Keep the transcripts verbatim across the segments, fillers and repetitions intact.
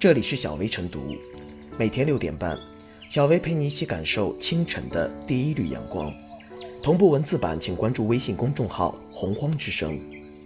这里是小薇晨读，每天六点半，小薇陪你一起感受清晨的第一缕阳光。同步文字版请关注微信公众号洪荒之声。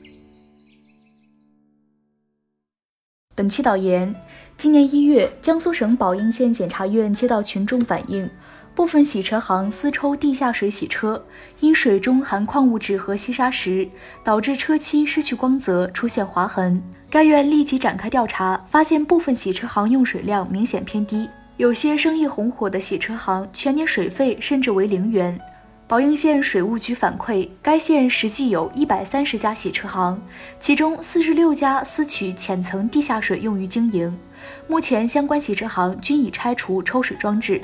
本期导言：今年一月，江苏省宝应县检察院接到群众反映，部分洗车行私抽地下水洗车，因水中含矿物质和细砂石，导致车漆失去光泽，出现划痕。该院立即展开调查，发现部分洗车行用水量明显偏低，有些生意红火的洗车行全年水费甚至为零元。宝应县水务局反馈，该县实际有一百三十家洗车行，其中四十六家私取浅层地下水用于经营。目前相关洗车行均已拆除抽水装置。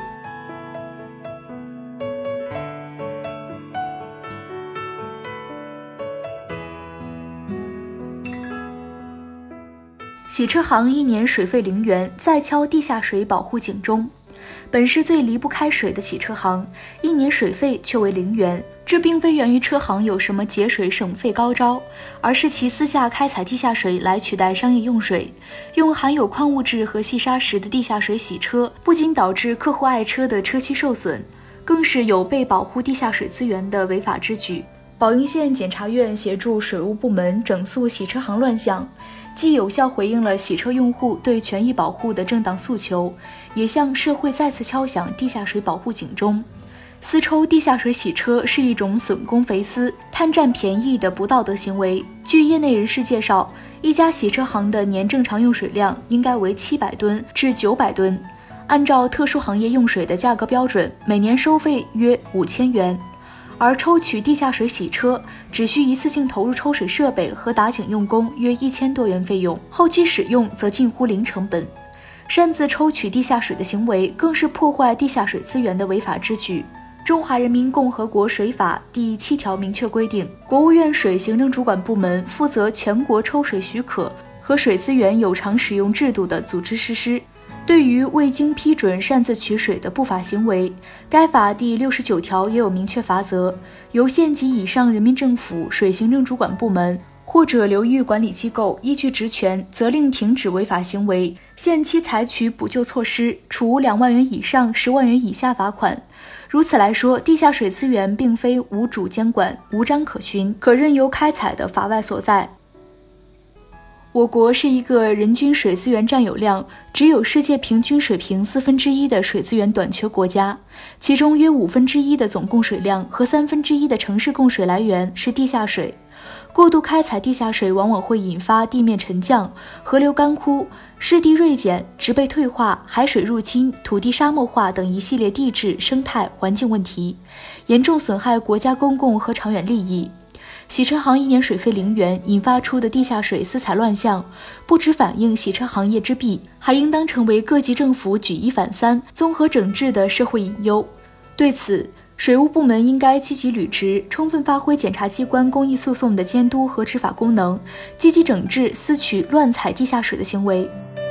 洗车行一年水费零元，再敲地下水保护警钟。本是最离不开水的洗车行，一年水费却为零元。这并非源于车行有什么节水省费高招，而是其私下开采地下水来取代商业用水，用含有矿物质和细砂石的地下水洗车，不仅导致客户爱车的车漆受损，更是有悖保护地下水资源的违法之举。宝应县检察院协助水务部门整肃洗车行乱象，既有效回应了洗车用户对权益保护的正当诉求，也向社会再次敲响地下水保护警钟。私抽地下水洗车是一种损公肥私、贪占便宜的不道德行为。据业内人士介绍，一家洗车行的年正常用水量应该为七百吨至九百吨，按照特殊行业用水的价格标准，每年收费约五千元。而抽取地下水洗车只需一次性投入抽水设备和打井用工约一千多元费用，后期使用则近乎零成本。擅自抽取地下水的行为更是破坏地下水资源的违法之举。中华人民共和国水法第七条明确规定，国务院水行政主管部门负责全国抽水许可和水资源有偿使用制度的组织实施。对于未经批准擅自取水的不法行为，该法第六十九条也有明确罚则，由县级以上人民政府水行政主管部门或者流域管理机构依据职权责令停止违法行为，限期采取补救措施，处两万元以上十万元以下罚款。如此来说，地下水资源并非无主监管、无章可循、可任由开采的法外所在。我国是一个人均水资源占有量只有世界平均水平四分之一的水资源短缺国家，其中约五分之一的总供水量和三分之一的城市供水来源是地下水。过度开采地下水往往会引发地面沉降、河流干枯、湿地锐减、植被退化、海水入侵、土地沙漠化等一系列地质、生态、环境问题，严重损害国家公共和长远利益。洗车行一年水费零元引发出的地下水私采乱象，不只反映洗车行业之弊，还应当成为各级政府举一反三、综合整治的社会隐忧。对此，水务部门应该积极履职，充分发挥检察机关公益诉讼的监督和执法功能，积极整治私取乱采地下水的行为。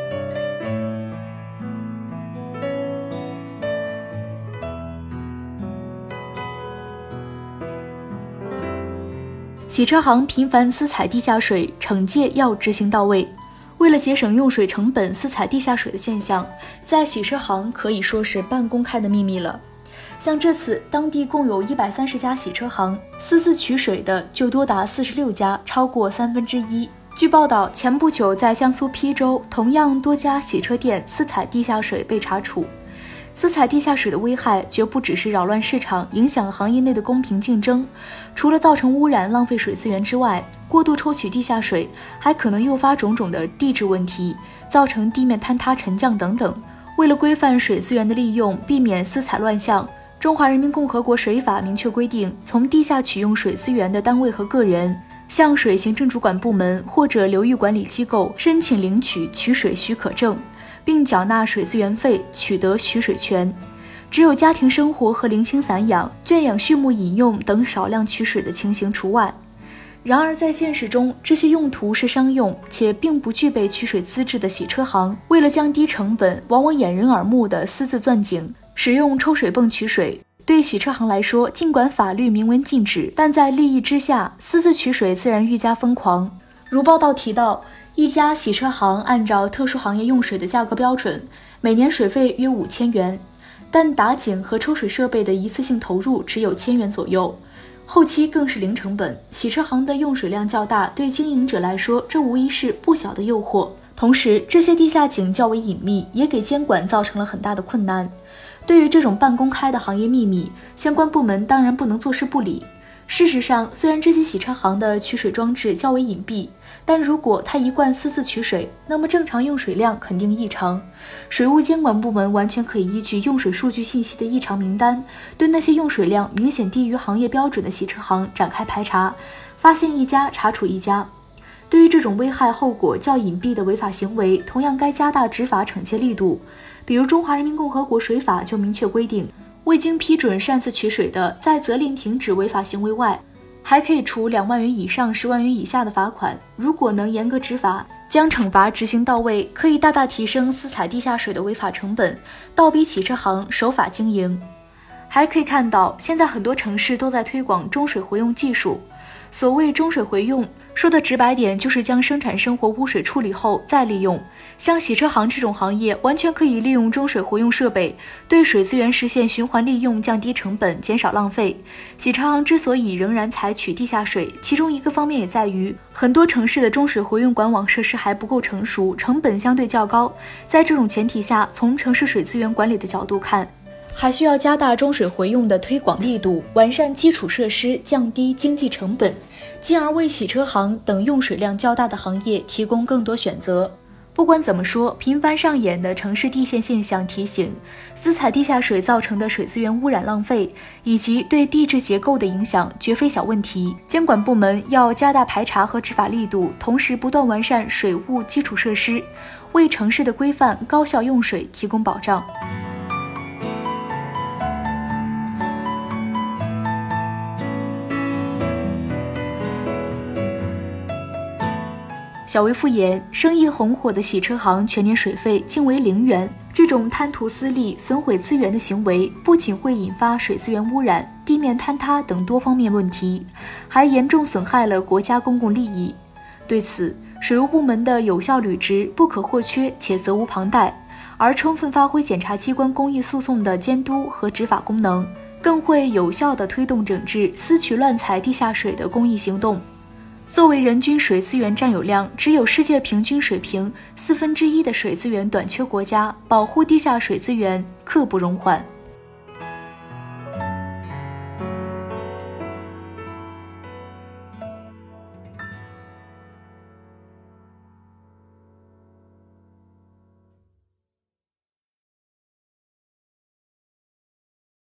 洗车行频繁私采地下水，惩戒要执行到位。为了节省用水成本，私采地下水的现象在洗车行可以说是半公开的秘密了。像这次当地共有一百三十家洗车行，私自取水的就多达四十六家，超过三分之一。据报道，前不久在江苏邳州，同样多家洗车店私采地下水被查处。私采地下水的危害绝不只是扰乱市场，影响行业内的公平竞争。除了造成污染、浪费水资源之外，过度抽取地下水还可能诱发种种的地质问题，造成地面坍塌、沉降等等。为了规范水资源的利用，避免私采乱象，中华人民共和国水法明确规定，从地下取用水资源的单位和个人，向水行政主管部门或者流域管理机构申请领取取水许可证，并缴纳水资源费，取得取水权。只有家庭生活和零星散养、圈养畜牧饮用等少量取水的情形除外。然而在现实中，这些用途是商用且并不具备取水资质的洗车行，为了降低成本，往往掩人耳目的私自钻井，使用抽水泵取水。对洗车行来说，尽管法律明文禁止，但在利益之下，私自取水自然愈加疯狂。如报道提到， 一家洗车行按照特殊行业用水的价格标准，每年水费约五千元，但打井和抽水设备的一次性投入只有千元左右，后期更是零成本。洗车行的用水量较大，对经营者来说，这无疑是不小的诱惑。同时，这些地下井较为隐秘，也给监管造成了很大的困难。对于这种半公开的行业秘密，相关部门当然不能坐视不理。事实上，虽然这些洗车行的取水装置较为隐蔽，但如果他一贯私自取水，那么正常用水量肯定异常。水务监管部门完全可以依据用水数据信息的异常名单，对那些用水量明显低于行业标准的洗车行展开排查，发现一家查处一家。对于这种危害后果较隐蔽的违法行为，同样该加大执法惩戒力度。比如《中华人民共和国水法》就明确规定，未经批准擅自取水的，在责令停止违法行为外，还可以处两万元以上十万元以下的罚款。如果能严格执法，将惩罚执行到位，可以大大提升私采地下水的违法成本，倒逼洗车行守法经营。还可以看到，现在很多城市都在推广中水回用技术。所谓中水回用，说的直白点，就是将生产生活污水处理后再利用。像洗车行这种行业，完全可以利用中水回用设备，对水资源实现循环利用，降低成本，减少浪费。洗车行之所以仍然采取地下水，其中一个方面也在于，很多城市的中水回用管网设施还不够成熟，成本相对较高。在这种前提下，从城市水资源管理的角度看，还需要加大中水回用的推广力度，完善基础设施，降低经济成本，进而为洗车行等用水量较大的行业提供更多选择。不管怎么说，频繁上演的城市地陷现象提醒，私采地下水造成的水资源污染浪费，以及对地质结构的影响绝非小问题。监管部门要加大排查和执法力度，同时不断完善水务基础设施，为城市的规范高效用水提供保障。小维复言，生意红火的洗车行全年水费竟为零元，这种贪图私利、损毁资源的行为，不仅会引发水资源污染、地面坍塌等多方面问题，还严重损害了国家公共利益。对此，水务部门的有效履职不可或缺且责无旁贷，而充分发挥检察机关公益诉讼的监督和执法功能，更会有效地推动整治私取乱采地下水的公益行动。作为人均水资源占有量只有世界平均水平四分之一的水资源短缺国家，保护地下水资源刻不容缓。